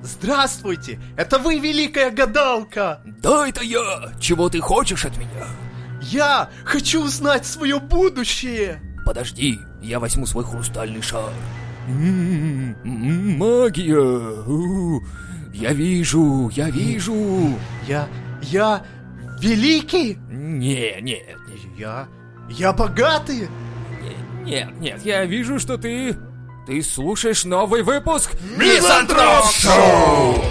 Здравствуйте! Это вы, великая гадалка! Да, это я! Чего ты хочешь от меня? Я хочу узнать свое будущее! Подожди, я возьму свой хрустальный шар. Магия! Я вижу! Я великий? Нет. Я богатый? Нет, я вижу, что ты слушаешь новый выпуск Мизантроп Шоу!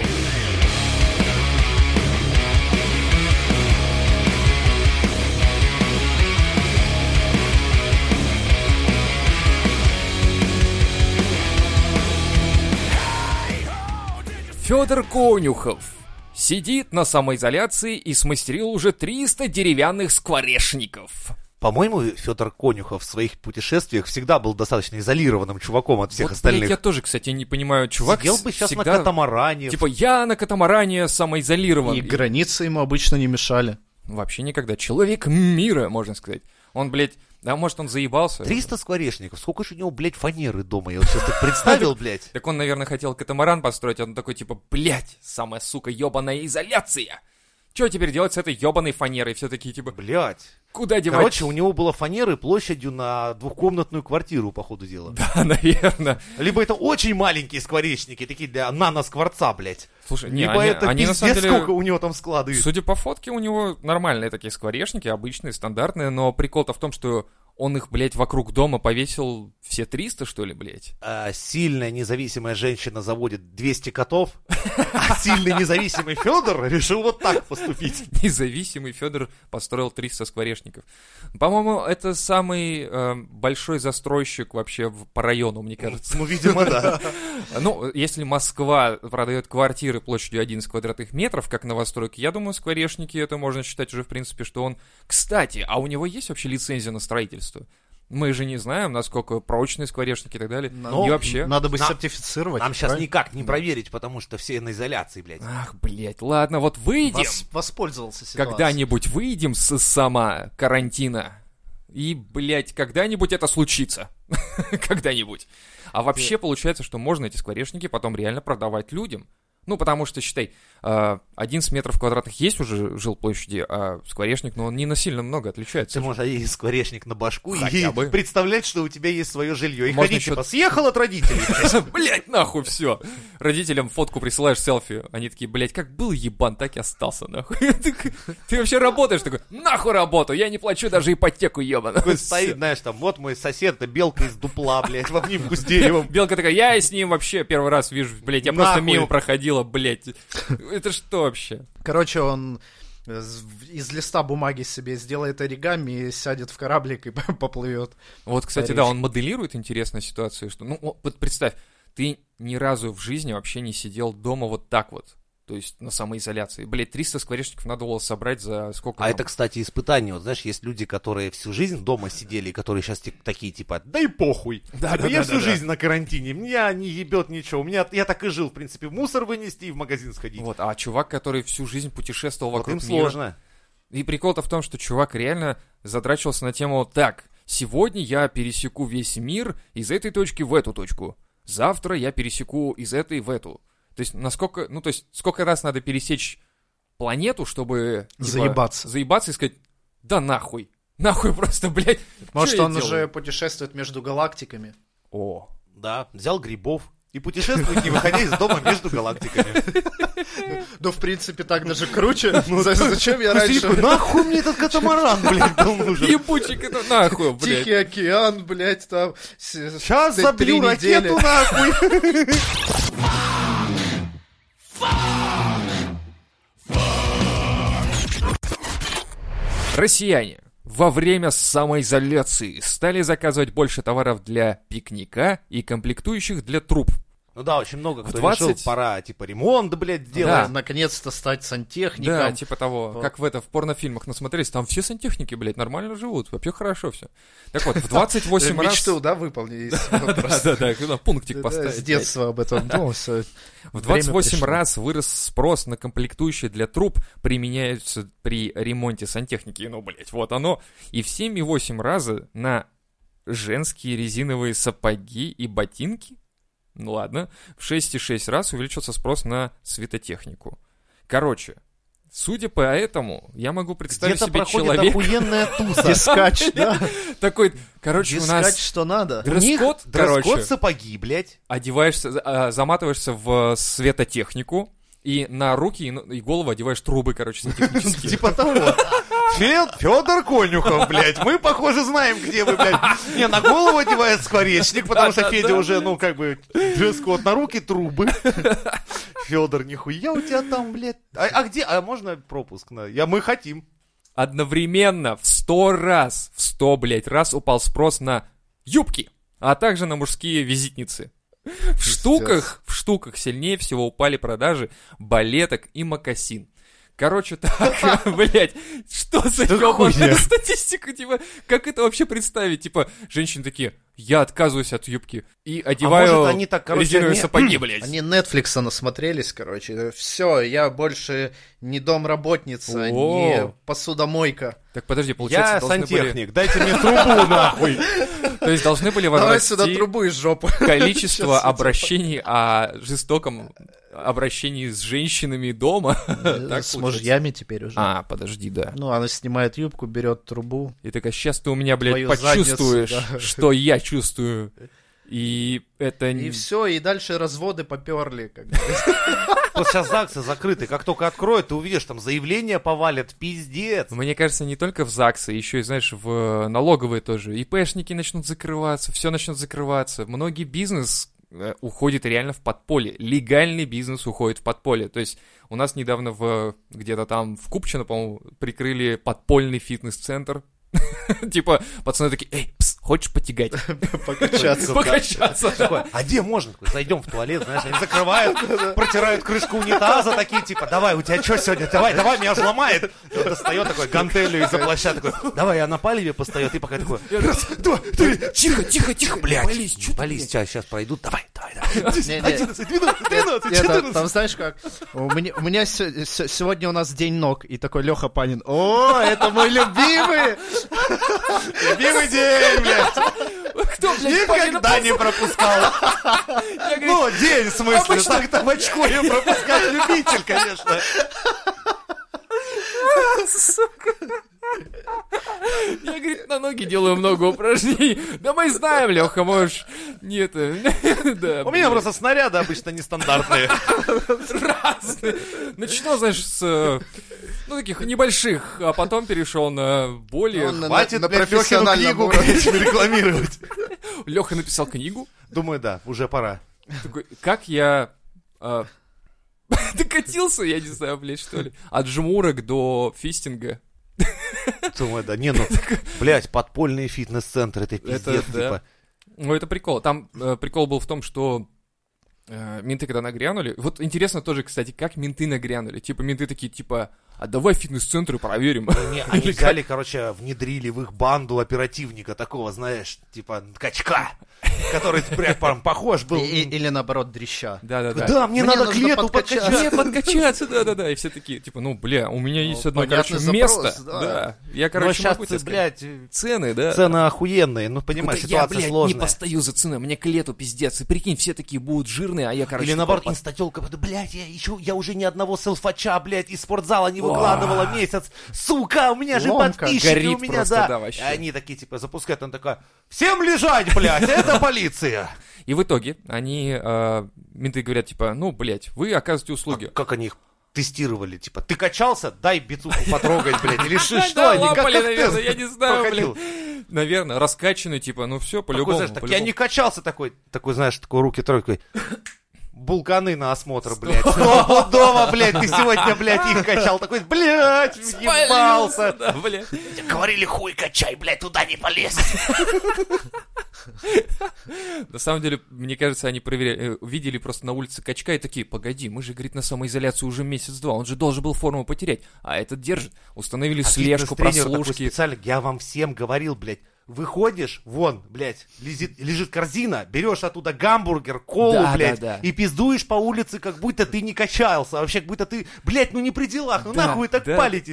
Федор Конюхов сидит на самоизоляции и смастерил уже 300 деревянных скворечников. По-моему, Федор Конюхов в своих путешествиях всегда был достаточно изолированным чуваком от всех остальных. Блядь, я тоже, кстати, не понимаю, чувак сидел бы сейчас всегда... на катамаране. Типа, я на катамаране самоизолирован. И границы ему обычно не мешали. Вообще никогда. Человек мира, можно сказать. Он, блядь, да, может, он заебался. 300 скворечников. Сколько же у него, блядь, фанеры дома? Я вот сейчас так представил, блядь. Так он, наверное, хотел катамаран построить, а он такой, типа, блядь, самая, сука, ебаная изоляция. Что теперь делать с этой ебаной фанерой? Все такие, типа, блядь. Куда девать? Короче, у него было фанеры площадью на двухкомнатную квартиру, по ходу дела. Да, наверное. Либо это очень маленькие скворечники, такие для нано-скворца, блядь. Слушай, не, либо это они на пиздец, самом деле... сколько у него там склады. Судя по фотке, у него нормальные такие скворечники, обычные, стандартные, но прикол-то в том, что он их, блядь, вокруг дома повесил все 300, что ли, блядь? Сильная независимая женщина заводит 200 котов, а сильный независимый Федор решил вот так поступить. Независимый Федор построил 300 скворечников. По-моему, это самый большой застройщик вообще по району, мне кажется. Ну, видимо, да. Ну, если Москва продает квартиры площадью 11 квадратных метров, как новостройки, я думаю, скворечники, это можно считать уже, в принципе, что он... Кстати, а у него есть вообще лицензия на строительство? Мы же не знаем, насколько прочные скворечники и так далее. Но и вообще... Надо бы сертифицировать. Нам сейчас никак не проверить, потому что все на изоляции, блядь. Ах, блядь, ладно, вот выйдем. Воспользовался ситуацией. Когда-нибудь выйдем с карантина. И, блядь, когда-нибудь это случится. Когда-нибудь. А вообще получается, что можно эти скворечники потом реально продавать людям. Ну, потому что, считай, 11 метров квадратных есть уже жилплощади, а скворечник, ну, он не насильно много отличается. Ты можешь одеть скворечник на башку Хотя и бы. представлять, что у тебя есть свое жилье. И Можно ходить, еще- типа, съехал от родителей. Блять, нахуй, все. Родителям фотку присылаешь, селфи. Они такие, блять, как был ебан, так и остался, нахуй. Ты вообще работаешь? Такой, нахуй работу, я не плачу даже ипотеку, ебано. Такой стоит, знаешь, там, вот мой сосед, это белка из дупла, блядь, в обнимку с деревом. Белка такая, я с ним вообще первый раз вижу, блять, я просто Нахуй. мимо проходила, блять. Это что вообще? Короче, он из листа бумаги себе сделает оригами, сядет в кораблик и поплывет. Вот, кстати, Париж. да, он моделирует интересную ситуацию, что, ну, вот представь, ты ни разу в жизни вообще не сидел дома вот так вот, то есть на самоизоляции. Блять, 300 скворечников надо было собрать за сколько А там? это, кстати, испытание. Вот знаешь, есть люди, которые всю жизнь дома сидели, и которые сейчас такие, типа, да и похуй. Да, Типа, да, я да, всю да, жизнь на карантине, меня не ебет ничего. Я так и жил, в принципе, мусор вынести и в магазин сходить. Вот, а чувак, который всю жизнь путешествовал Вот вокруг им мира. сложно. И прикол-то в том, что чувак реально задрачивался на тему так, сегодня я пересеку весь мир из этой точки в эту точку. Завтра я пересеку из этой в эту. То есть, насколько, ну, то есть, сколько раз надо пересечь планету, чтобы... типа, заебаться и сказать, да нахуй. Нахуй просто, блядь. Может, чё я он делаю? уже путешествует между галактиками. О, Да, взял грибов и путешествует, не выходя из дома между галактиками. Ну, в принципе, так даже круче. Зачем я Ты такой, раньше... нахуй мне этот катамаран, блядь, был нужен? ебучик это нахуй, блядь. Тихий океан, блядь, там... Сейчас 3 забью недели. ракету, нахуй. Россияне во время самоизоляции стали заказывать больше товаров для пикника и комплектующих для труб. Ну да, очень много кто 20? решил, пора, типа, ремонт, блядь, Да. делать. Наконец-то стать сантехником. Да, типа того, Вот. как в порнофильмах насмотрелись, там все сантехники, блядь, нормально живут, вообще хорошо все. Так вот, в 28 раз... Мечту, да, выполнили? Да, пунктик поставить. С блядь. детства об этом думал. всё. В Время 28 пришло. раз вырос спрос на комплектующие для труб, применяются при ремонте сантехники. Ну, блядь, вот оно. И в 7,8 раза на женские резиновые сапоги и ботинки. Ну ладно. В 6,6 раз увеличился спрос на светотехнику. Короче, судя по этому, я могу представить Где-то себе проходит человека... охуенная туса. Дискач, да. Такой, короче, у Дискач, нас что надо. У них дресс-код, короче, дресс-код сапоги, блядь. одеваешься, заматываешься в светотехнику, и на руки и голову одеваешь трубы, короче, сантехнические. Типа того. Федор Конюхов, блядь. Мы, похоже, знаем, где вы, блядь. Не, на голову одевает скворечник, потому что Федя уже, ну, как бы, дресс-код на руки, трубы. Федор, нихуя у тебя там, блядь. А где? А можно пропуск? Мы хотим. Одновременно в 100 раз, в 100, блядь, раз упал спрос на юбки, а также на мужские визитницы. В штуках сильнее всего упали продажи балеток и мокасин. Короче, так, блядь, что за ёбаная статистика, типа, как это вообще представить? Типа, женщины такие, я отказываюсь от юбки и одеваю может, они так, короче, резиновые сапоги, блядь. Они Netflix насмотрелись, короче. Все, я больше не домработница, О. не посудомойка. Так, подожди, получается, Я должны были... сантехник, дайте мне трубу, нахуй. То есть должны были Давай сюда возрасти трубу из жопы. количество Сейчас обращений о жестоком обращении с женщинами дома. Так С получается. мужьями теперь уже. А, подожди, да. Ну, она снимает юбку, берет трубу. И такая, сейчас ты у меня, блядь, Твою почувствуешь, задницу, да. что я чувствую. И это... И все, и дальше разводы поперли. Как бы. Вот сейчас ЗАГСы закрыты, как только откроют, ты увидишь, там заявления повалят, пиздец. Мне кажется, не только в ЗАГСы, еще и, знаешь, в налоговые тоже. ИПшники начнут закрываться, все начнет закрываться. Многие бизнес уходит реально в подполье. Легальный бизнес уходит в подполье. То есть у нас недавно где-то там в Купчино, по-моему, прикрыли подпольный фитнес-центр. Типа, пацаны такие, эй, пс, хочешь потягать? Покачаться. Покачаться. Такой, а где можно? Такой, зайдем в туалет, знаешь, они закрывают, протирают крышку унитаза, такие, типа, давай, у тебя что сегодня? Давай, меня же ломает. И он достает такой гантелью из-за плаща, такой, давай, я на палеве постою, ты пока такой, раз, два, три, Тихо, блядь. Полись, чё ты, Полись, сейчас пройдут, давай. Не-не. 11, 12, 13, Это, 14. там знаешь как? У меня сегодня у нас день ног, и такой Леха Панин. О, это мой любимый! Любимый день, блядь. Кто, блядь, Панина Никогда не пропускал. Ну, день, в смысле, так-то в очко ее пропускать любитель, конечно. Я, говорит, на ноги делаю много упражнений. Да мы знаем, Леха, можешь... Нет, да. У меня просто снаряды обычно нестандартные. разные. Начинал, знаешь, с... таких небольших, а потом перешел на более... Хватит, на блядь, Лехину профессиональном книгу, уровне. блядь, рекламировать. Леха написал книгу. Думаю, да, уже пора. Такой, как я... докатился, я не знаю, блядь, что ли. От жмурок до фистинга. Думаю, да, не, ну, блядь, подпольные фитнес-центры, это пиздец, да. типа. Ну, это прикол. Там прикол был в том, что менты, когда нагрянули... Вот интересно тоже, кстати, как менты нагрянули. Типа, менты такие, типа, а давай фитнес-центры проверим. Не, они взяли, короче, внедрили в их банду оперативника такого, знаешь, типа, качка, который прям похож был. Или наоборот, дрища. Да-да-да. Да, мне надо к нужно лету подкачаться. Мне подкачаться, да-да-да. И все такие, типа, ну, бля, у меня есть одно, понятный короче, запрос, место. да. Да. Я, Но короче, сейчас, могу тебе блядь, сказать. Цены, да. цены охуенные, ну, понимаешь, Я, ситуация блядь, не сложная. постою за ценой, мне к лету пиздец. И прикинь, все такие будут жирные, а я, короче... Или наоборот, такой, инстатёлка, блядь, я уже ни одного селфача, блядь, из спортзала не выкладывала месяц. Сука, у меня же Ломка. подписчики, Горит у меня, просто, да. да, вообще. И они такие, типа, запускают, он такой, всем лежать, блядь, это полиция. И в итоге они, менты говорят, типа, ну, блядь, вы оказываете услуги. Как они их тестировали, типа, ты качался, дай бицуху потрогать, блядь, или что Да, они, как лапали, тест наверное, я не знаю, проходил? блин. Наверное, раскачанный, типа, ну все, Такой, по-любому. знаешь, так я по-любому. не качался, такой, знаешь, такой руки тройкой. Булканы на осмотр, блядь. Стопудово, блядь, ты сегодня, блядь, их качал. Такой, блядь, въебался. Да, блядь. Говорили, хуй качай, блядь, туда не полез. На самом деле, мне кажется, они проверяли, видели просто на улице качка и такие, погоди, мы же, говорит, на самоизоляцию уже месяц-два, он же должен был форму потерять, а этот держит. Установили слежку, Фитнес-тренер такой прослушки. специально, я вам всем говорил, блядь, выходишь, вон, блядь, лежит корзина, берешь оттуда гамбургер, колу, Да, блядь, да, да. и пиздуешь по улице, как будто ты не качался, а вообще, как будто ты, блядь, ну не при делах, ну Да, нахуй так да. палитесь.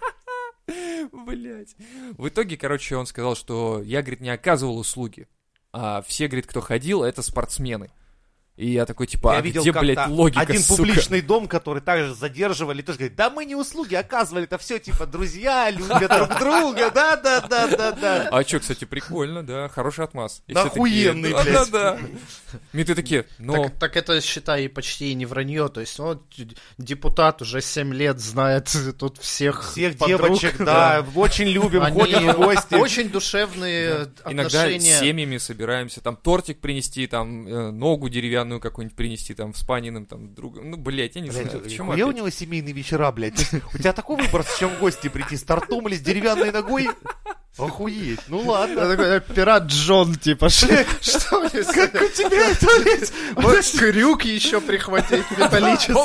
Блять. В итоге, короче, он сказал, что я, говорит, не оказывал услуги. а все, говорит, кто ходил, это спортсмены. И я такой, типа, Я а видел где, как-то блядь, логика, один сука? публичный дом, который также задерживали, тоже говорит, да мы не услуги оказывали, это все типа друзья, любят друг друга, да. А чё, кстати, прикольно, да, хороший отмаз. И все Охуенный, такие, блядь. Да. Менты такие, ну... Так это, считай, почти и не вранье. То есть, вот депутат уже 7 лет знает тут всех Всех подруг. девочек, да, очень любим, Они ходим в гости. очень душевные Иногда отношения. с семьями собираемся, там тортик принести, там ногу деревянную какую-нибудь принести, там с паниным, там другом. Ну, блядь, я не знаю, к чему Хуя у опять? него семейные вечера, блядь. То есть у тебя такой выбор, с чем в гости прийти, с тортом или с деревянной ногой? Охуеть, ну ладно. Я такой, пират Джон, типа, что мне Как у тебя это, блядь? вот крюк еще прихватить металлический.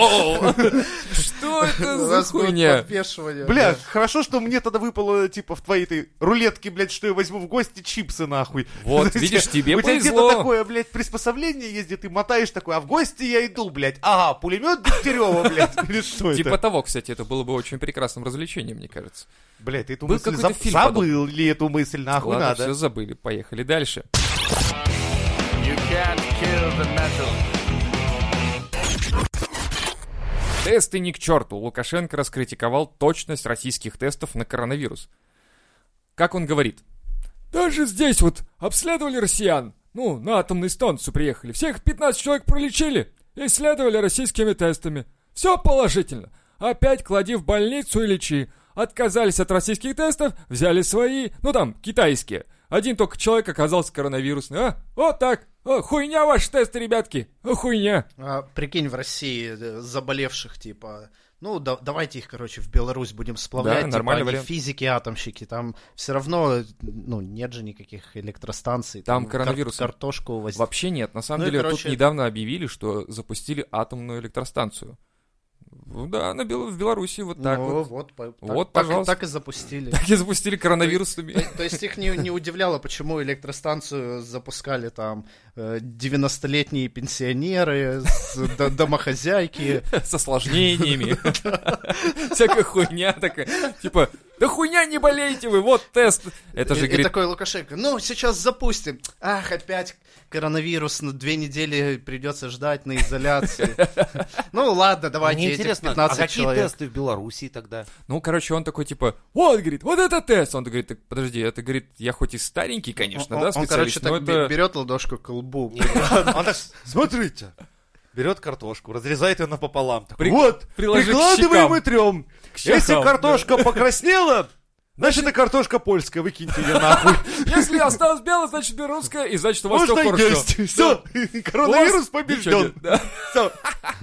Что это У за нас будет хуйня? подвешивание. Бля, хорошо, что мне тогда выпало, типа, в твоей этой рулетке, блядь, что я возьму в гости чипсы, нахуй. Вот, То есть, видишь, тебе у тебя повезло. где-то такое, блядь, приспособление есть, где ты мотаешь такой, а в гости я иду, блядь. Ага, пулемет Дегтярева, блядь, или что Типа это? того, кстати, это было бы очень прекрасным развлечением, мне кажется. Блядь, ты эту Был мысль какой-то фильм забыл ли эту мысль, нахуй Ладно, надо? все забыли, поехали дальше. Тесты ни к черту. Лукашенко раскритиковал точность российских тестов на коронавирус. Как он говорит? Даже здесь вот обследовали россиян. Ну, на атомную станцию приехали. Всех 15 человек пролечили. Исследовали российскими тестами. Все положительно. Опять клади в больницу и лечи. Отказались от российских тестов, взяли свои, ну там, китайские. Один только человек оказался коронавирусный. А, вот так. О, хуйня ваши тесты, ребятки. О, хуйня. Прикинь, в России заболевших, типа, ну, давайте их, короче, в Беларусь будем сплавлять, Да, типа, нормальный они вариант. физики, атомщики, там все равно, ну, нет же никаких электростанций. Там коронавирус. Картошку возить. Вообще нет. На самом Ну и, деле, короче, тут недавно объявили, что запустили атомную электростанцию. Ну да, в Беларуси вот так Ну, вот. вот, пожалуйста. так и запустили. Так и запустили коронавирусами. То есть их не удивляло, почему электростанцию запускали там 90-летние пенсионеры, домохозяйки. С осложнениями. Всякая хуйня такая. Типа, да хуйня, не болейте вы, вот тест. Это же, И говорит, такой Лукашенко, ну, сейчас запустим. Ах, опять коронавирус, на 2 недели придется ждать на изоляции. Ну, ладно, давайте Мне этих интересно, 15 а какие человек. тесты в Белоруссии тогда? ну, короче, он такой, типа, вот, говорит, вот это тест. Он говорит, так, подожди, это, говорит, я хоть и старенький, конечно, да, Он, короче, специалист, но так это... берет ладошку к лбу. Он так, смотрите, берет картошку, разрезает ее напополам. Такой, При- вот, приложи к прикладываем щекам. и трем. щекам, Если картошка покраснела, значит, это картошка польская, выкиньте ее нахуй. Если осталось белое, значит белорусское, и значит у вас все Можно хорошо. есть. Все, коронавирус У вас ничего побежден. нет, да. Всё.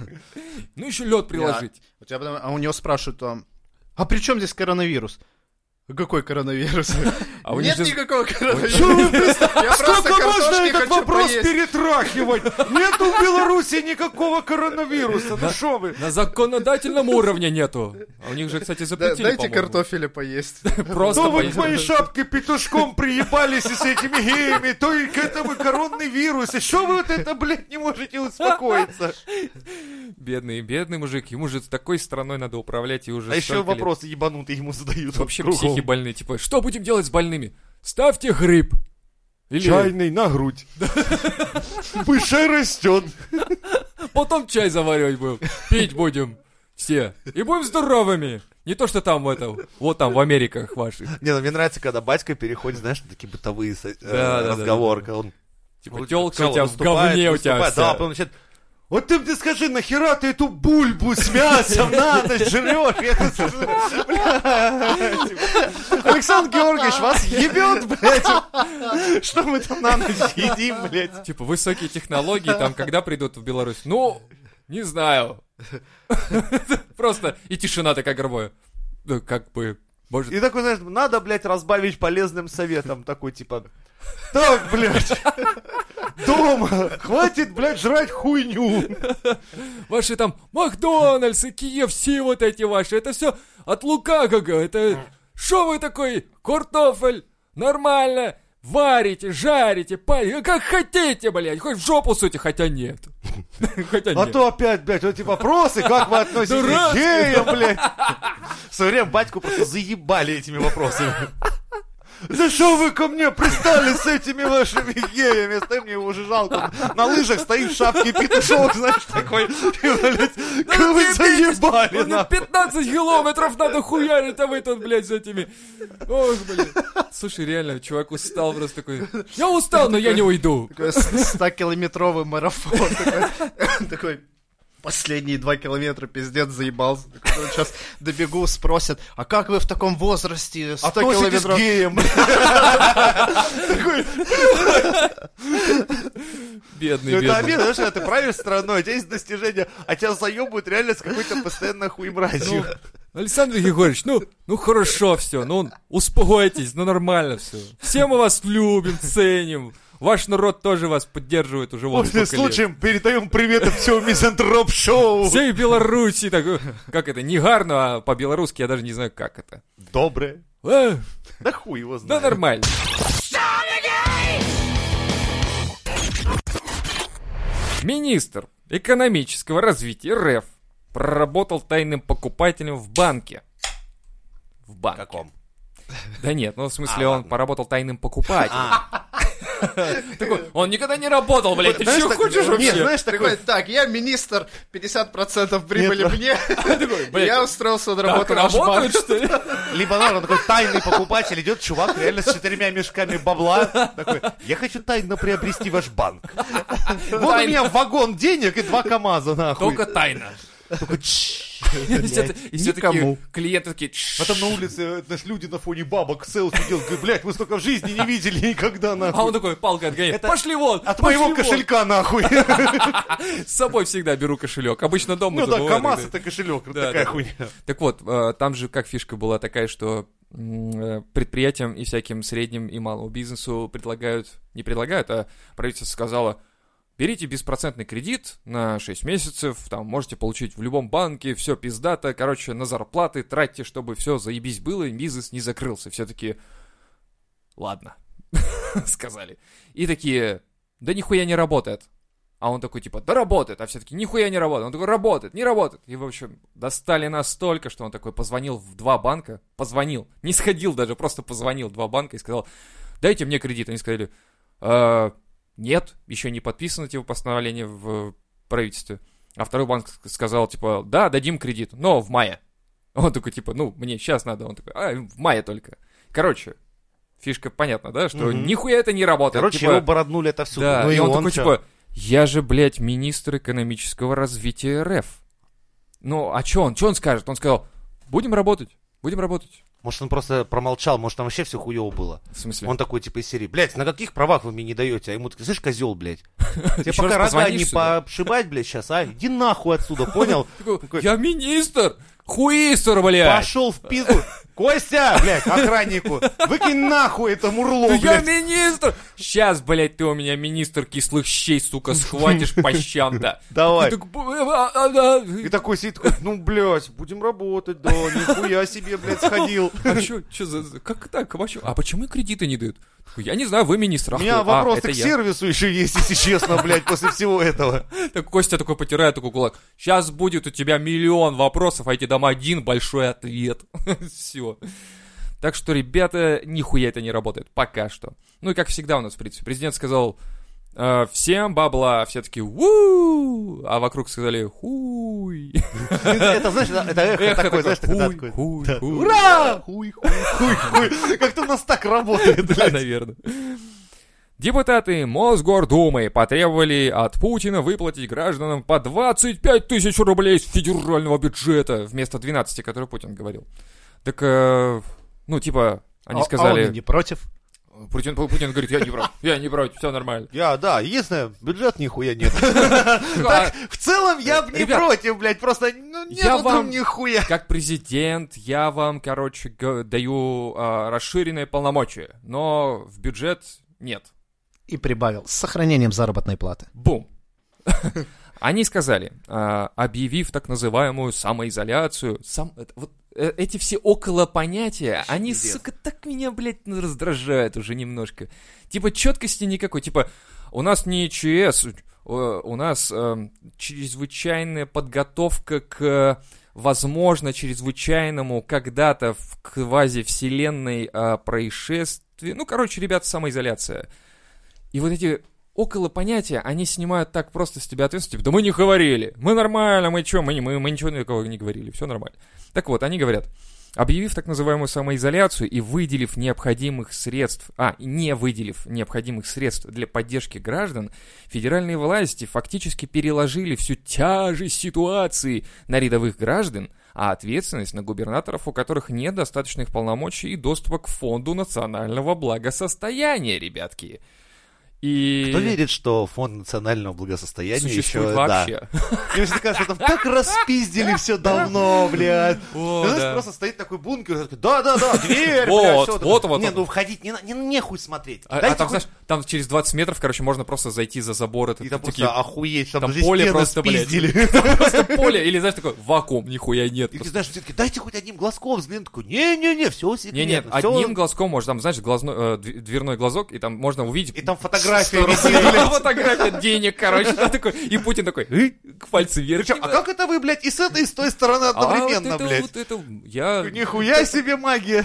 Ну, еще лед приложить. А у него спрашивают там, а при чем здесь коронавирус? Какой коронавирус? А у них Нет же- никакого Чё коронавируса. вы Я просто Сколько можно картошки этот хочу вопрос поесть. перетрахивать? Нету в Беларуси никакого коронавируса. Ну шо вы? На законодательном уровне нету. А у них же, кстати, запретили, Дайте по-моему. картофеля поесть. Просто То вы поесть. к моей шапке петушком приебались и с этими геями, то и к этому коронный вирус. И что вы вот это, блядь, не можете успокоиться? Бедный мужик. Ему же такой страной надо управлять и уже А еще столько лет. вопросы ебанутые ему задают. Вообще кругом. психи больные. Типа, что будем делать с больными? Ставьте гриб. Или Чайный на грудь. Пышай растет. потом чай заваривать будем. Пить будем. Все. И будем здоровыми. Не то, что там вот там в Америках ваших. Не, ну мне нравится, когда батька переходит, знаешь, на такие бытовые да, разговоры. да. Когда он Типа, тёлка у сначала тебя в выступает, говне у тебя выступает, вся. Да, потом начинает: вот ты мне скажи, нахера ты эту бульбу с мясом на ночь жрешь? Я тут сижу, блядь, типа, Александр Георгиевич, вас ебет, блядь. Что мы там на ночь едим, блядь? Типа, высокие технологии там когда придут в Беларусь? Ну, не знаю. Просто и тишина такая гробовая. Ну, как бы, может... И такой, знаешь, надо, блядь, разбавить полезным советом. Такой, типа, так, блядь, дома, хватит, блядь, жрать хуйню. Ваши там Макдональдсы, KFC вот эти ваши, это все от Лукаго, это... Шо вы такой, картофель, нормально, варите, жарите, парите, как хотите, блядь, хоть в жопу суйте, хотя нет. Хотя А нет. то опять, блядь, вот эти вопросы, как вы относитесь к геям, блядь. В свое время батьку просто заебали этими вопросами. за что вы ко мне пристали с этими вашими геями? Стоим, мне его уже жалко. На лыжах стоит в шапке петушок, знаешь, такой. Блядь, вы заебали, нахуй. 15 километров надо хуярить, а вы тут, блядь, с этими... Ох, блядь. Слушай, реально, чувак устал просто такой. Я устал, но я не уйду. Такой 100-километровый марафон. Такой... Последние 2 километра, пиздец, заебался. Сейчас добегу, спросят, а как вы в таком возрасте 100 относитесь километров... к геям? Бедный, Это бедный. обидно, потому что ты правишь страной, у тебя есть достижения, а тебя заебывают реально с какой-то постоянно хуемразью. Александр Егорович, ну хорошо все, ну успокойтесь, ну нормально все. Все мы вас любим, ценим. Ваш народ тоже вас поддерживает уже вот После сколько лет. случаем передаем привет всему мизантроп-шоу. Всей Беларуси, так, как это, не гарно, а по-белорусски я даже не знаю, как это. Доброе. А, Да хуй его да знает. нормально. Министр экономического развития РФ проработал тайным покупателем в банке. В банке. Каком? Да нет, ну в смысле он ладно. поработал тайным покупателем. Такой, он никогда не работал, блядь, ты Знаешь, что так- хочешь вообще? Нет, знаешь, Такой, такой... так, я министр, 50% прибыли Нет, мне. блядь, Я устроился на так работу в наш банк. работают, что ли? Либо он такой тайный покупатель, идет чувак реально с 4 мешками бабла. Такой, я хочу тайно приобрести ваш банк. Вот у меня вагон денег и 2 КамАЗа, нахуй. Только тайно. Только чш. И все такие никому. клиенты такие, Потом на улице, знаешь, люди на фоне бабок селфи делают. Говорят, блядь, мы столько в жизни не видели никогда, а нахуй. он такой палкой отгоняет. Пошли вон! От пошли моего вон!» кошелька, нахуй. С собой всегда беру кошелек. Обычно дома Ну да, забываю КамАЗ иногда. это кошелек, Да, такая да. хуйня. Так вот, там же как фишка была такая, что предприятиям и всяким средним и малому бизнесу не предлагают, а правительство сказало, берите беспроцентный кредит на 6 месяцев, там можете получить в любом банке, все пиздато, короче, на зарплаты тратьте, чтобы все заебись было, и бизнес не закрылся. Все такие, ладно, сказали. И такие, да нихуя не работает. А он такой, типа, да работает. А все таки нихуя не работает. Он такой, работает, не работает. И, в общем, достали настолько, что он такой позвонил в 2 банка. Позвонил. Не сходил даже, просто позвонил в 2 банка и сказал, дайте мне кредит. Они сказали, нет, еще не подписано, типа, постановление в правительстве. А второй банк сказал, типа, да, дадим кредит, но в мае. Он такой, типа, ну, мне сейчас надо. Он такой, в мае только. Короче, фишка понятна, да, что нихуя это не работает. Короче, типа, его бороднули отовсюду. да, Ну и он такой, чё? типа, я же, блядь, министр экономического развития РФ. Ну, а что он? Что он скажет? Он сказал, будем работать. Может, он просто промолчал, может, там вообще все хуёво было. В смысле? Он такой, типа, из серии, блядь, на каких правах вы мне не даете? А ему такой, слышь, козел, блядь, тебе Ещё пока раз рога позвонишь не сюда?» пошибать, блядь, сейчас, а? Иди нахуй отсюда, понял? Такой, я министр! Хуистер, блядь! Пошел в пизду. Костя, блядь, охраннику, выкинь нахуй это мурло, Да я блядь. министр! Сейчас, блядь, ты у меня министр кислых щей, сука, схватишь по щам, да. Давай. И такой, И такой сидит, такой, ну, блядь, будем работать, да, нихуя себе, блядь, сходил. а чё за... Как так? А почему кредиты не дают? Такой, я не знаю, вы министр. У Ах, меня вы- вопрос это к я. сервису еще есть, если честно, блядь, после всего этого. Так Костя такой потирает такой кулак. Сейчас будет у тебя миллион вопросов, а я тебе дам один большой ответ. Все. Так что, ребята, нихуя это не работает. Пока что. Ну и как всегда у нас, в принципе. Президент сказал, всем бабла. Все таки у а вокруг сказали хуй. Это, знаешь, это эхо такое, знаешь, когда хуй, такое. хуй, Да. хуй. Ура! Хуй, хуй, хуй, хуй. Как-то у нас так работает, Да, блядь. наверное. Депутаты Мосгордумы потребовали от Путина выплатить гражданам по 25 тысяч рублей из федерального бюджета вместо 12, который Путин говорил. Так, ну, типа, они А сказали... он и не против. Путин говорит, я не против, все нормально. Да, единственное, бюджет нихуя нет. А, Так, в целом я бы не Ребят, против, блядь, просто, ну, я нету вам- там нихуя. Как президент я вам, короче, даю расширенные полномочия, но в бюджет нет. И прибавил. С сохранением заработной платы. Бум. Они сказали, объявив так называемую самоизоляцию, эти все около понятия, они, Пиздец. сука, так меня, блядь, раздражают уже немножко. Типа четкости никакой, типа у нас не ЧС, у нас чрезвычайная подготовка к, возможно, чрезвычайному когда-то в квазивселенной происшествию, отсутствии. Ну, короче, ребята, самоизоляция. И вот эти около понятия, они снимают так просто с тебя ответственность, типа, да мы не говорили, мы нормально, мы ничего такого не говорили, все нормально. Так вот, они говорят, объявив так называемую самоизоляцию и не выделив необходимых средств для поддержки граждан, федеральные власти фактически переложили всю тяжесть ситуации на рядовых граждан, а ответственность на губернаторов, у которых нет достаточных полномочий и доступа к фонду национального благосостояния, ребятки. И... Кто верит, что фонд национального благосостояния существует еще... вообще? Мне кажется, там так распиздили все давно, блядь. О, Знаешь, да. просто стоит такой бункер, да, дверь, блядь, всё. Вот. Не, ну входить нехуй смотреть. А Дайте там, хоть- знаешь, там через 20 метров, короче, можно просто зайти за забор. Это И там такие, просто охуеть, там там даже поле стены просто, блядь. спиздили. просто поле, или, знаешь, такой вакуум, нихуя нет. И ты знаешь, все таки дайте хоть одним глазком взглянуть, такой, не-не-не, все секретно. Нет, всё». одним глазком можно, там, знаешь, дверной глазок, и там можно увидеть... И там фотография висит, блядь. Фотография денег, короче, да, такой, и Путин такой, пальцы вверх. Причем, а как это вы, блядь, и с этой, и с той стороны одновременно, блядь? Вот это, я... Нихуя себе магия.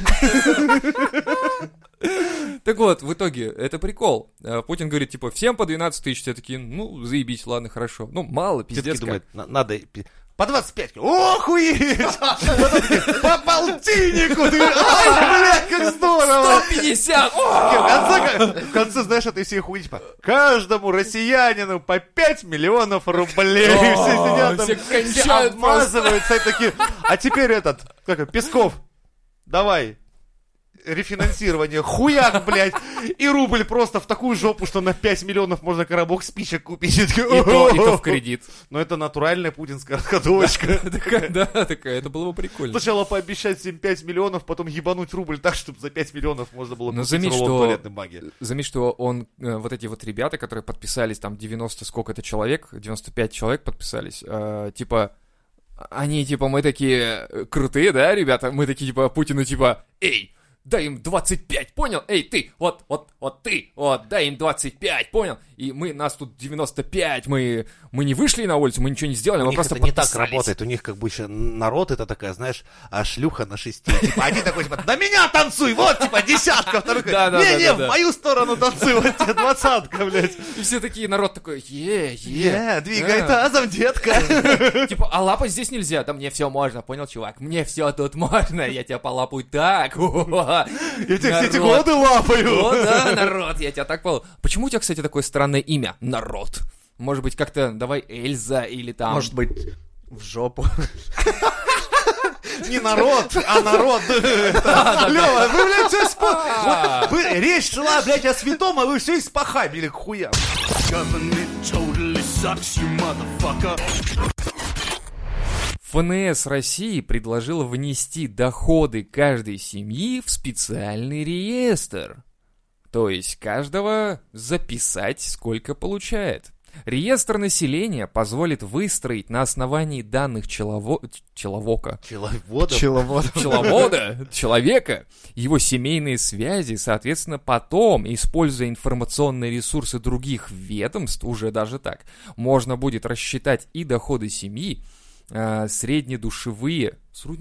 Так вот, в итоге, это прикол. Путин говорит, типа, всем по 12 тысяч, все такие, ну, заебись, ладно, хорошо. Ну, мало, Все пиздец таки как. думают, надо... По 25. Охуеть! По полтиннику! Ты, ай, блядь, как здорово! 150! В конце, знаешь, этой всей хуйни, типа, каждому россиянину по 5 миллионов рублей. Все сидят там, все все кончают обмазываются и такие. А теперь Песков, давай. Рефинансирование, хуяк, блядь, и рубль просто в такую жопу, что на 5 миллионов можно коробок спичек купить. И то в кредит. Но это натуральная путинская ходовочка. Да, такая, это было бы прикольно. Сначала пообещать всем 5 миллионов, потом ебануть рубль так, чтобы за 5 миллионов можно было Но купить заметь, рулон что- туалетной бумаги. Заметь, что он, вот эти вот ребята, которые подписались, там 90 сколько-то человек, 95 человек подписались, типа, они, типа, мы такие крутые, да, ребята? Мы такие, типа, Путину, типа, эй, дай им 25, понял? Эй, ты, вот ты, дай им 25, понял? И нас тут 95, мы не вышли на улицу, мы ничего не сделали, У мы них просто это не так подписались. работает, у них как бы еще народ это такая, знаешь, шлюха на 6. Типа, один такой, типа, на меня танцуй, вот, типа, десятка, второй такой, Да, не-не, да. в мою сторону танцуй, вот тебе 20-ка, блядь. И все такие, народ такой, Двигай да. тазом, детка. Типа, а лапать здесь нельзя, да мне все можно, понял, чувак? Мне все тут можно, я тебя полапаю так. Я тебя все эти Народ. годы лапаю. О, да, народ, я тебя так полапаю. Почему у тебя, кстати, такое странное имя? Народ. Может быть, как-то, давай, Эльза или там... Может быть, в жопу. Не народ, а народ. Лёва, вы, блядь, все спо... Речь шла, блядь, о святом, а вы все испохабили к хуям. ФНС России предложила внести доходы каждой семьи в специальный реестр. То есть каждого записать, сколько получает. Реестр населения позволит выстроить на основании данных человека, его семейные связи, соответственно, потом, используя информационные ресурсы других ведомств, уже даже так, можно будет рассчитать и доходы семьи, среднедушевые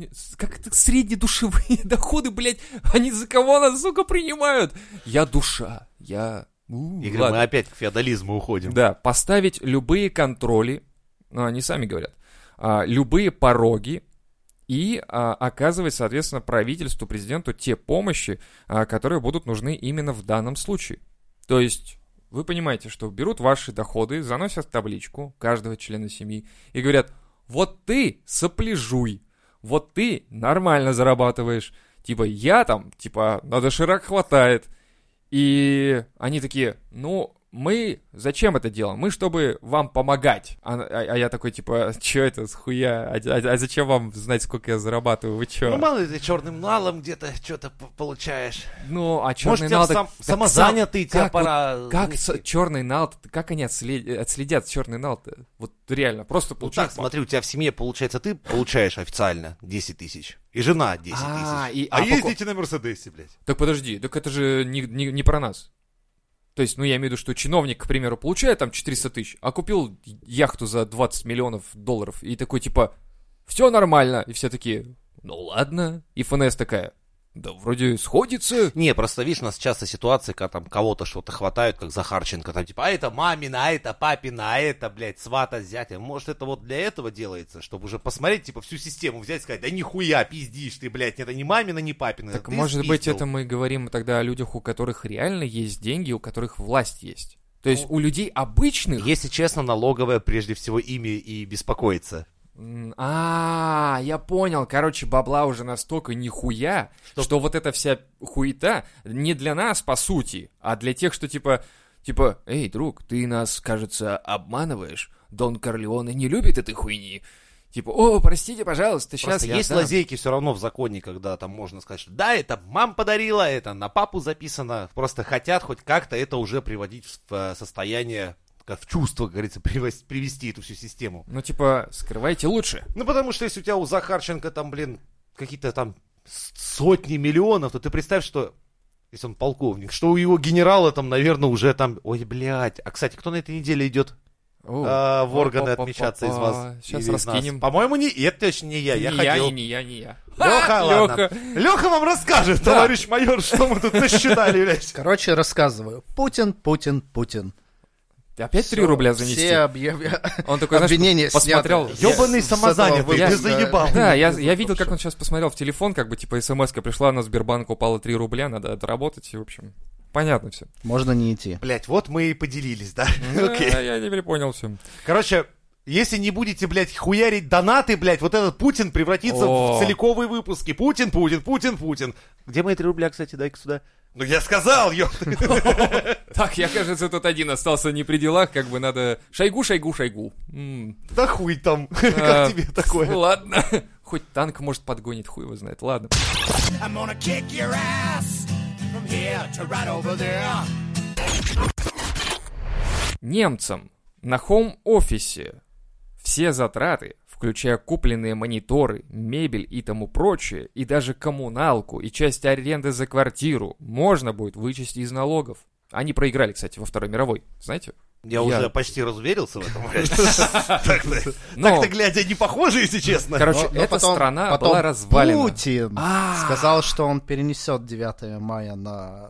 доходы, блядь, они за кого нас, сука, принимают? Я душа, Игорь, ладно. мы опять к феодализму уходим. Да, поставить любые контроли, они сами говорят, любые пороги и оказывать, соответственно, правительству, президенту те помощи, которые будут нужны именно в данном случае. То есть вы понимаете, что берут ваши доходы, заносят в табличку каждого члена семьи и говорят: вот ты сопляжуй, вот ты нормально зарабатываешь, типа я там, типа на доширак хватает. И они такие, ну, мы зачем это делаем? Мы, чтобы вам помогать. А я такой, типа, чё это, схуя? А зачем вам знать, сколько я зарабатываю? Вы чё? Ну, мало ли ты черным налом где-то что-то получаешь. Ну, а черный Может, нал... тебя самозанятый, тебя пора... черный нал, как они отследят черный нал-то? Вот реально, просто Ну получают... так, смотри, у тебя в семье, получается, ты получаешь официально 10 тысяч, и жена 10 тысяч. Ездите на Мерседесе, блядь. Так подожди, так это же не про нас. То есть, ну, я имею в виду, что чиновник, к примеру, получает там 400 тысяч, а купил яхту за 20 миллионов долларов, и такой, типа, все нормально. И все такие, ну ладно. И ФНС такая, да вроде сходится. Не, просто видишь, у нас часто ситуации, когда там кого-то что-то хватают, как Захарченко, там типа, а это мамина, а это папина, а это, блядь, свата, зятя. Может, это вот для этого делается, чтобы уже посмотреть, типа, всю систему взять и сказать, да нихуя, пиздишь ты, блядь, это не мамина, не папина. Так ты может спиздил. быть, это мы говорим тогда о людях, у которых реально есть деньги, у которых власть есть. То есть у людей обычных... Если честно, налоговая прежде всего ими и беспокоится. Я понял. Короче, бабла уже настолько нихуя, что вот эта вся хуета не для нас, по сути, а для тех, что типа, эй, друг, ты нас, кажется, обманываешь. Дон Корлеоне не любит этой хуйни. Типа, о, простите, пожалуйста, сейчас Просто я есть дам. лазейки все равно в законе, когда там можно сказать, что да, это мама подарила, это на папу записано. Просто хотят хоть как-то это уже приводить в состояние, в чувство, как говорится, привести эту всю систему. Ну, типа, скрывайте лучше. Ну, потому что если у тебя у Захарченко там, блин, какие-то там сотни миллионов, то ты представь, что, если он полковник, что у его генерала там, наверное, уже там, ой, блядь. А, кстати, кто на этой неделе идет в органы отмечаться из вас? Сейчас или из раскинем. нас? По-моему, это точно не я. Я не хотел. я, не я. Леха, ладно. Леха вам расскажет, Да. товарищ майор, что мы тут насчитали, блядь. Короче, рассказываю. Путин. Опять 3 рубля занести? Все Он такой, знаешь, обвинения посмотрел. сняты. Ёбаный С самозанятый, этого ты выпуска. заебал. Да, я видел, как он сейчас посмотрел в телефон, как бы, типа, смс-ка пришла, на Сбербанк упало 3 рубля, надо отработать, и, в общем, понятно все. Можно не идти. Блядь, вот мы и поделились, да? Окей. Я теперь понял все. Короче, если не будете, блядь, хуярить донаты, блядь, вот этот Путин превратится О. в целиковые выпуски. Путин. Где мои 3 рубля, кстати, дай-ка сюда. Ну я сказал, ёпта. Так, я, кажется, тут один остался не при делах, как бы надо... Шойгу. Да хуй там, как тебе такое? Ладно. Хоть танк, может, подгонит, хуй его знает. Ладно. I'm gonna kick your ass from here to right over there. Немцам на хоум-офисе все затраты, включая купленные мониторы, мебель и тому прочее, и даже коммуналку и часть аренды за квартиру, можно будет вычесть из налогов. Они проиграли, кстати, во Второй мировой, знаете? Я уже почти разуверился в этом. Но, Так-то, глядя, не похоже, если честно. короче, Но эта потом- страна потом была развалена. Путин сказал, что он перенесет 9 мая на...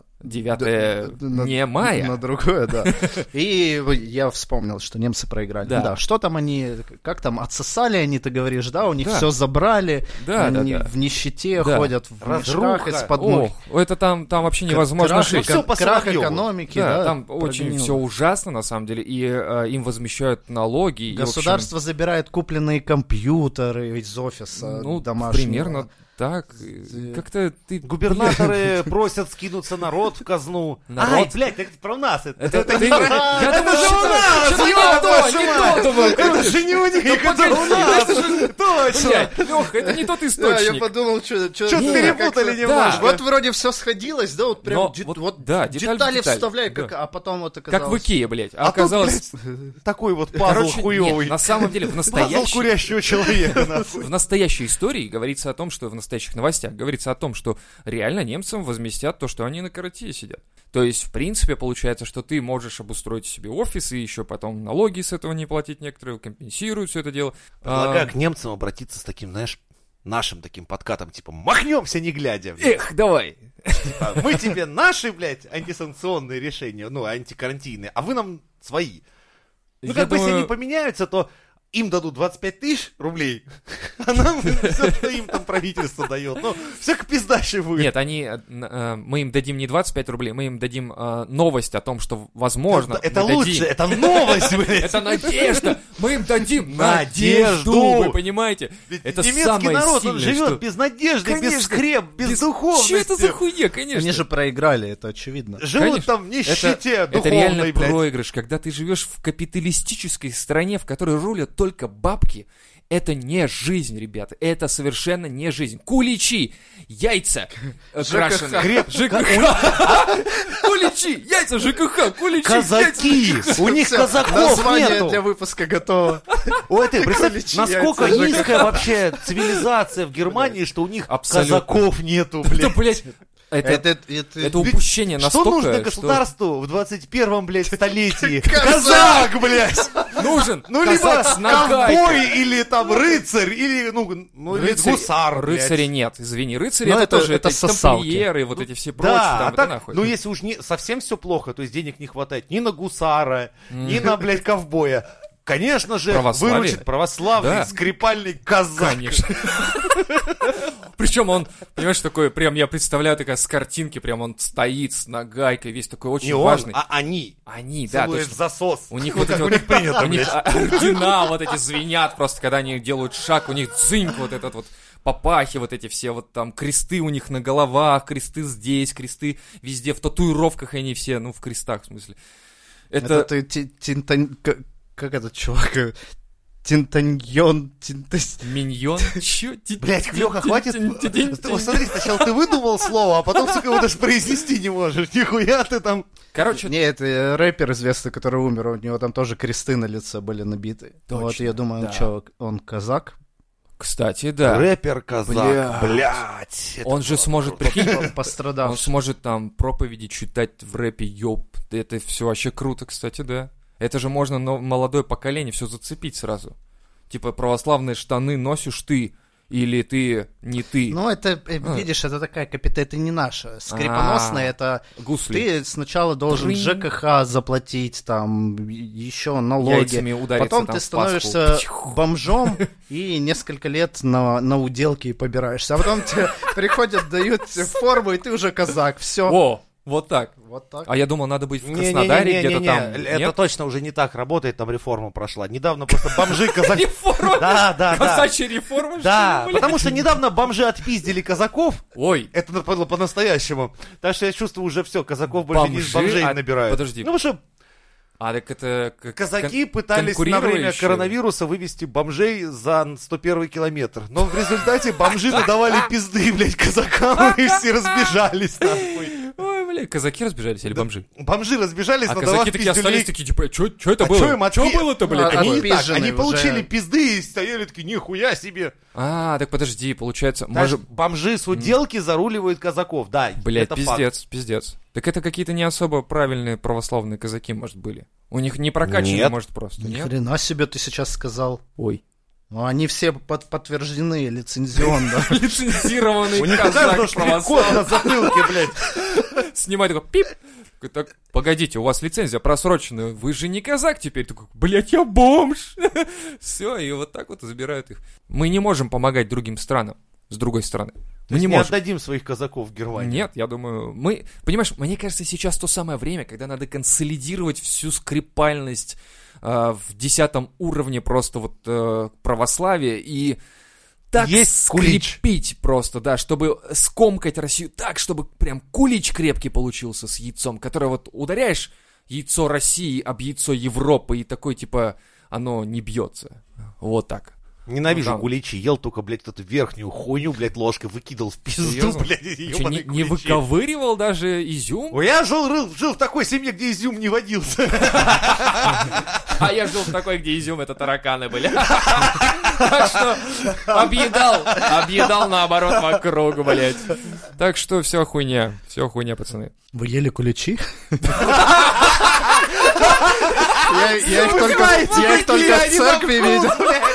9 на- не мая. На другое, да. И я вспомнил, что немцы проиграли. Да. Да. Что там они, как там, отсосали они, ты говоришь, да? У них Да. все забрали, Да, они да. в нищете Да. ходят в Разруха. мешках из-под ног. Ох, это там вообще невозможно Крах, жить. всё по крах Соловьёву. экономики, Да, да. там очень прогнило. все ужасно, на самом деле, и им возмещают налоги. и, в общем, Государство забирает купленные компьютеры из офиса ну, домашнего. примерно так. Как-то ты... Губернаторы просят скинуться народ в казну. Народ? Ай, блядь, так это про нас. Это не ты- про- Я это думаю, же что у нас, что-то ёб не вашу то мать. было. Это же не у них, это погоди, у нас. Точно. Блядь, Лёха, это не тот Да, я источник. подумал, что Чё-то перепутали немножко. Вот вроде все сходилось, да, вот прям Но вот, да, деталь в детали деталь, вставляй, да. а потом вот оказалось... Как в Икее, блядь. А А тут, оказалось... блядь, такой вот пазл Короче, хуёвый. нет, на самом деле, в Пазл настоящей... курящего человека, нахуй. В настоящей истории говорится о том, что в настоящих новостях говорится о том, что реально немцам возместят то, что они на карантине сидят. То есть, в принципе, получается, что ты можешь обустроить себе офис и еще потом налоги с этого не платить некоторые, компенсируют все это дело. Предлагаю к немцам обратиться с таким, знаешь, нашим таким подкатом, типа, махнемся не глядя. блядь. Эх, давай. Типа, мы тебе наши, блядь, антисанкционные решения, ну, антикарантинные, а вы нам свои. Ну, Я как бы, если думаю- они поменяются, то им дадут 25 тысяч рублей, а нам все, что им там правительство дает. Ну, все к пиздаще будет. Нет, мы им дадим не 25 рублей, мы им дадим новость о том, что возможно. Это мы лучше, дадим. это новость, блядь. Это надежда! Мы им дадим Надежду! надежду! Вы понимаете? Ведь Это немецкий самое народ, он сильное, живет что- без надежды, без Конечно, скреп, без духовности. Что это за хуйня, конечно? Они же проиграли, это очевидно. Живут Конечно. там в нищете Это реально духовной, блядь. проигрыш, когда ты живешь в капиталистической стране, в которой рулят только бабки. Это не жизнь, ребята. Это совершенно не жизнь. Куличи, яйца крашеные. Креп- ЖКХ. Куличи, яйца ЖКХ, куличи, Казаки! яйца У них Всё, казаков название нету! для выпуска готово. Ой, ты представь, Куличи, насколько яйца, низкая вообще цивилизация в Германии, что у них Абсолютно. казаков нету, Да, блядь. блядь, это Это упущение Что настолько, нужно что- государству в 21-м, блядь, столетии? Казак! Казак, блядь! нужен Ну, либо казак с нагайкой. ковбой, или там рыцарь, или, или гусар, блядь. Рыцари нет, извини, рыцари Ну, это это- тоже, это это сосалки. тамплиеры, вот эти все прочие, Да, там, а это так, нахуй. ну если уж не совсем все плохо, то есть денег не хватает ни на гусара, ни на, блядь, ковбоя. Конечно же, Православие? выручит православный Да. скрипальный казак. Конечно. Причем он, понимаешь, такой, прям я представляю, такая с картинки, прям он стоит с нагайкой, весь такой очень Не он, важный. а они. Они, да, Целует точно. засос. У них Ну, вот как эти у вот, них принято, у них блядь. ордена вот эти звенят просто, когда они делают шаг, у них дзыньк вот этот вот, папахи вот эти все, вот там кресты у них на головах, кресты здесь, кресты везде, в татуировках они все, ну, в крестах, в смысле. Это ты как этот чувак? Тинтаньон. Миньон? Чё? Блядь, Лёха, хватит. Вот смотри, сначала ты выдумал слово, а потом, сука, его даже произнести не можешь. Нихуя ты там. Короче, Не, это рэпер известный, который умер, у него там тоже кресты на лице были набиты. Точно, Вот я думаю, да. он что, он казак? кстати, да. Рэпер казак. Блядь. Блядь. Он же сможет, прикинь, он Пострадавший. сможет там проповеди читать в рэпе, ёп. Это все вообще круто, кстати, да. Это же можно молодое поколение все зацепить сразу. Типа православные штаны носишь ты, или ты не ты. Ну, это, видишь, это такая это не наша. Скрипоносная, это Гусли. ты сначала должен Трынь. ЖКХ заплатить, там, еще налоги. Яйцами удариться Потом там ты в Пасху. становишься бомжом и несколько лет на уделке и побираешься. А потом тебе приходят, дают тебе форму, и ты уже казак. Все. О, вот так. Вот так. А я думал, надо быть в Краснодаре где-то там. Это Нет? точно уже не так работает, там реформа прошла. Недавно просто бомжи казаки... Реформа? Да. Казачья реформа, Да, что ли, блядь? потому что недавно бомжи отпиздили казаков. Ой, Это было по-настоящему. Так что я чувствую, уже все, казаков больше не из бомжей набирают. Подожди. Ну, потому что так это... казаки пытались на время конкурирующие. коронавируса вывести бомжей за 101 километр. Но в результате бомжи надавали пизды, блядь, казакам, и все разбежались, нахуй. Ой, блядь, казаки разбежались или бомжи? Бомжи разбежались, А надавав казаки такие остались, пиздюлей. такие, типа, что это А было? чё им Что отпи- было-то, блядь? А, такое? Они не так, Отпизженные они уже. получили пизды и стояли такие, нихуя себе. Так подожди, получается, Даже может... бомжи с уделки заруливают казаков, да, Блядь, это факт. пиздец. Так это какие-то не особо правильные православные казаки, может, были. У них не прокачаны, Нет. может, просто, Ни нет? хрена себе ты сейчас сказал. Ой. Ну, они все подтверждены лицензионно. Лицензированный У них у казак каждого штрих-код на затылке, блядь. Снимай такой, пип. Так, погодите, у вас лицензия просроченная, вы же не казак теперь. Такой, блядь, я бомж. Все, и вот так вот забирают их. Мы не можем помогать другим странам, с другой стороны. Мы не Не можем. отдадим своих казаков в Германию. Нет, я думаю, мы... Понимаешь, мне кажется, сейчас то самое время, когда надо консолидировать всю скрипальность в 10 уровне просто вот православия и так Есть кулич. скрепить просто, да, чтобы скомкать Россию так, чтобы прям кулич крепкий получился с яйцом, которое вот ударяешь яйцо России об яйцо Европы и такой типа оно не бьется. Вот так. Ненавижу Ну, да. куличи, ел только, блядь, эту верхнюю хуйню, блядь, ложкой выкидывал в пизду, Серьезно? блядь, Ты чё, ебаные не куличи. выковыривал даже изюм? Ой, я жил в такой семье, где изюм не водился. А я жил в такой, где изюм это тараканы были. Так что объедал наоборот вокруг, блядь. Так что все хуйня, пацаны. Вы ели куличи? Я их только в церкви видел.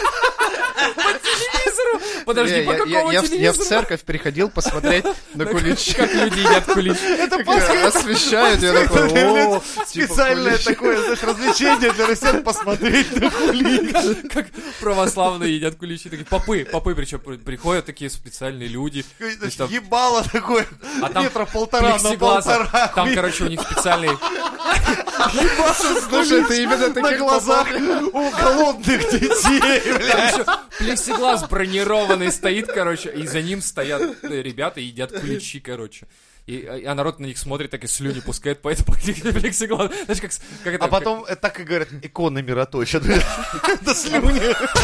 Подожди, по какому Я в телевизору? церковь приходил посмотреть на куличи. Как люди едят кулич. Как освещают, я такой, о, Специальное кулич. такое, знаешь, развлечение для россиян посмотреть на кулич. Как православные едят куличи. Такие попы причем приходят такие специальные люди. То есть там Ебало такое, А там метра полтора на плексигласа. полтора. Там, короче, у них специальный... Слушай, ты именно На таких глазах у голодных детей, Там блядь. еще плексиглаз бронированный стоит, короче, и за ним стоят ребята и едят куличи, короче. А народ на них смотрит, так и слюни пускает по этому плексиглазу. Знаешь, как это... А потом так и говорят, иконы мироточат. До слюни.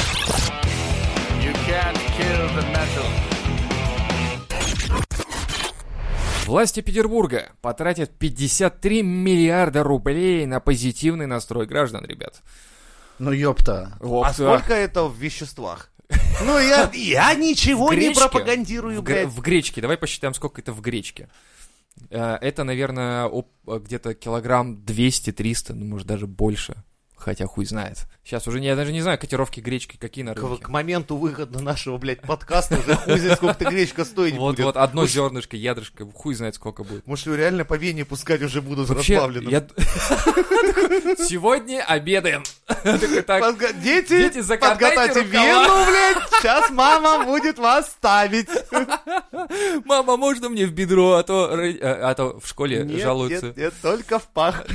Власти Петербурга потратят 53 миллиарда рублей на позитивный настрой граждан, ребят. Ну ёпта. А сколько это в веществах? Ну, я ничего В не гречке? пропагандирую, блядь. В гречке. Давай посчитаем, сколько это в гречке. Это, наверное, где-то килограмм 200-300, ну, может, даже больше. Хотя хуй знает. Сейчас уже я даже не знаю, котировки гречки какие на рынке. К моменту выхода нашего, блядь, подкаста уже хуй знает, сколько-то гречка стоить будет. Вот одно зернышко, ядрышко, хуй знает сколько будет. Может, его реально по Вене пускать уже будут Вообще, расплавленным. Сегодня обедаем. Дети, закатайте подготовьте рукава. Вену, блядь, сейчас мама будет вас ставить. Мама, можно мне в бедро, а то в школе жалуются. Нет, только в пах.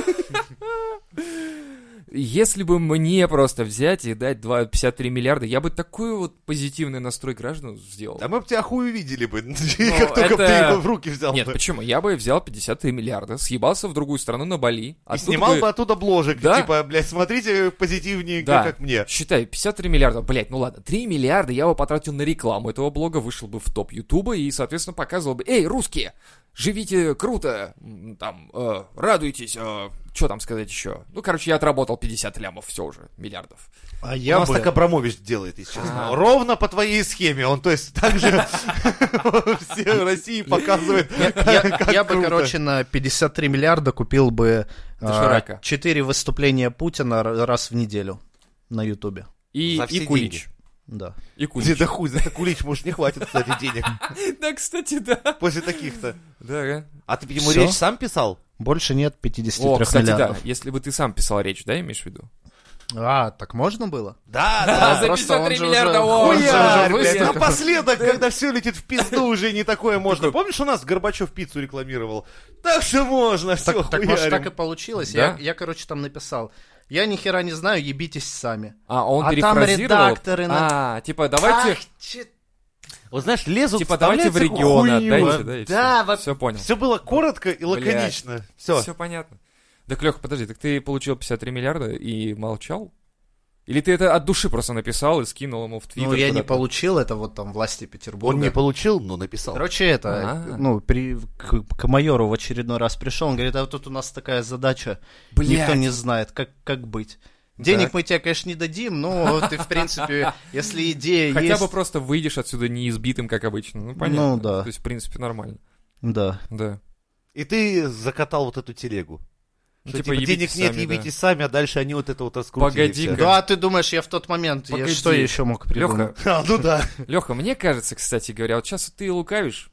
Если бы мне просто взять и дать 53 миллиарда, я бы такой вот позитивный настрой граждан сделал. Да мы бы тебя хуй увидели бы, как только бы ты его в руки взял. Нет, почему? Я бы взял 53 миллиарда, съебался в другую страну на Бали. И снимал бы оттуда бложек, Да. типа, блядь, смотрите позитивнее, Да. как мне. Считай, 53 миллиарда, блядь, ну ладно, 3 миллиарда я бы потратил на рекламу этого блога, вышел бы в топ Ютуба и, соответственно, показывал бы: эй, русские, живите круто, там, радуйтесь, что там сказать еще? Ну, короче, я отработал 50 лямов, все уже, миллиардов. А У я нас бы... так Абрамович делает, если честно. Ага. Ровно по твоей схеме. Он, то есть, так же все России показывает, Я бы, короче, на 53 миллиарда купил бы Доширака. 4 выступления Путина раз в неделю на Ютубе. И За все Кулич. деньги. Да. И Где Кулич. да хуй, за это Кулич, может, не хватит, кстати, денег Да, кстати, да. после таких-то. Да, А ты ему Всё? речь сам писал? Больше нет 53 О, кстати, да, миллиардов. если бы ты сам писал речь, да, имеешь в виду? А, так можно было? Да, за просто он 53 же миллиарда, уже- о, он же хуя, уже блядь, выступил. напоследок, когда все летит в пизду, уже не такое можно. Помнишь, у нас Горбачев пиццу рекламировал? Так что можно, все, Так может, так и получилось. Да? Я, короче, там написал: я ни хера не знаю, ебитесь сами. А, он А там перефразировал? редакторы типа, давайте... Ах, че- Вот знаешь, лезут, Типа, давайте в вставляют всякую регион хуйню. отдайте, да, и Да, все. Все понял. Все было коротко и лаконично. Все. Все понятно. Так, Леха, подожди, так ты получил 53 миллиарда и молчал? Или ты это от души просто написал и скинул ему в Твиттер? Ну, я не куда-то? получил, это вот там власти Петербурга. Он не получил, но написал. Короче, это, ну, к майору в очередной раз пришел, он говорит: а вот тут у нас такая задача, Блядь. никто не знает, как быть. Денег мы тебе, конечно, не дадим, но ты, в принципе, если идея Хотя есть... бы просто выйдешь отсюда не избитым, как обычно. Ну, понятно. Ну, да. То есть, в принципе, нормально. Да. Да. И ты закатал вот эту телегу. Ну, Что, типа, типа, ебитесь денег нет, сами, ебитесь сами, а дальше они вот это вот раскрутили. Погоди-ка. всё. Да, ты думаешь, я в тот момент, Погоди. что я еще мог придумать? Леха, Ну да. Леха, мне кажется, кстати говоря, вот сейчас ты лукавишь,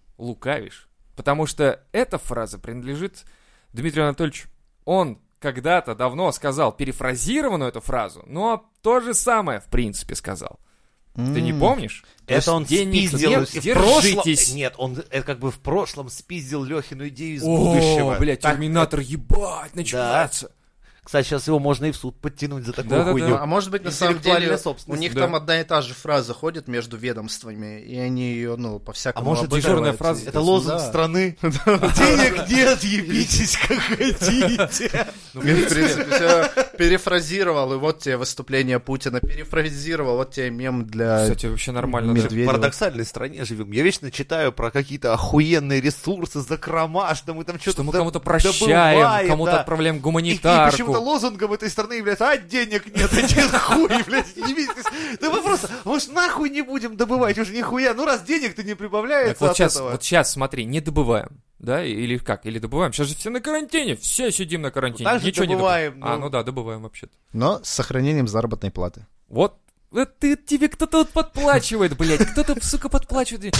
потому что эта фраза принадлежит Дмитрию Анатольевичу. Он когда-то давно сказал перефразированную эту фразу, но то же самое, в принципе, сказал. Ты не помнишь? То есть Это он денег спиздил. нет, и в прошлом- держитесь. Нет, он это как бы в прошлом спиздил Лехину идею из О, будущего. блядь, Так, Терминатор, ебать, начинается. Кстати, сейчас его можно и в суд подтянуть за такую Да-да-да. хуйню. А может быть, на самом Интеллектуальная деле, у собственность. них Да. там одна и та же фраза ходит между ведомствами, и они ее, ну, по-всякому А может, обыгрывают. дежурная фраза? Это лозунг Да. страны. Денег нет, ебитесь как хотите. Ну, в принципе, всё перефразировал, и вот тебе выступление Путина, перефразировал, вот тебе мем для Кстати, вообще нормально. да. В Медведева. парадоксальной стране живем. Я вечно читаю про какие-то охуенные ресурсы, закрома, что мы там что-то Что мы кому-то прощаем, добываем, кому-то да. отправляем И гуманитарку. почему-то лозунгом этой страны является: а денег нет, а нет хуй, блядь, не видите. Да вы просто, может, нахуй не будем добывать уже нихуя, ну раз денег-то не Так прибавляется вот от этого. вот сейчас, смотри, не добываем, да, или как, или добываем. Сейчас же все на карантине, все сидим на карантине, так же ничего добываем, не добываем. ну. Ну да, добываем вообще-то. Но с сохранением заработной платы. Вот, тебе кто-то вот подплачивает, блядь, кто-то, сука, подплачивает.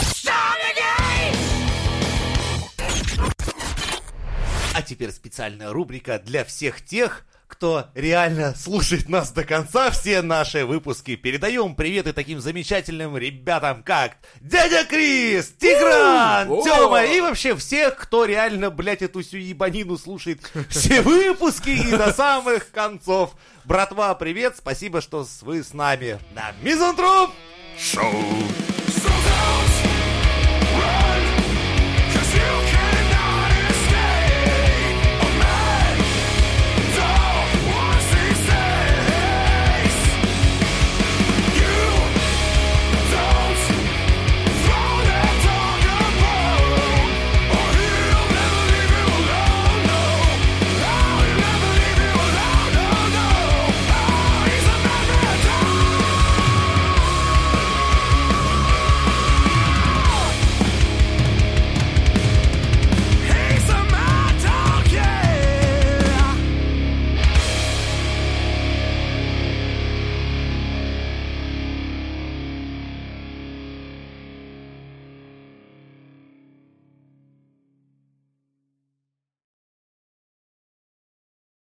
А теперь специальная рубрика для всех тех, кто реально слушает нас до конца, все наши выпуски. Передаем приветы таким замечательным ребятам, как дядя Крис, Тигран, О! Тёма и вообще всех, кто реально, блядь, эту всю ебанину слушает все выпуски и до самых концов. Братва, привет, спасибо, что вы с нами на Мизантроп Шоу. So don't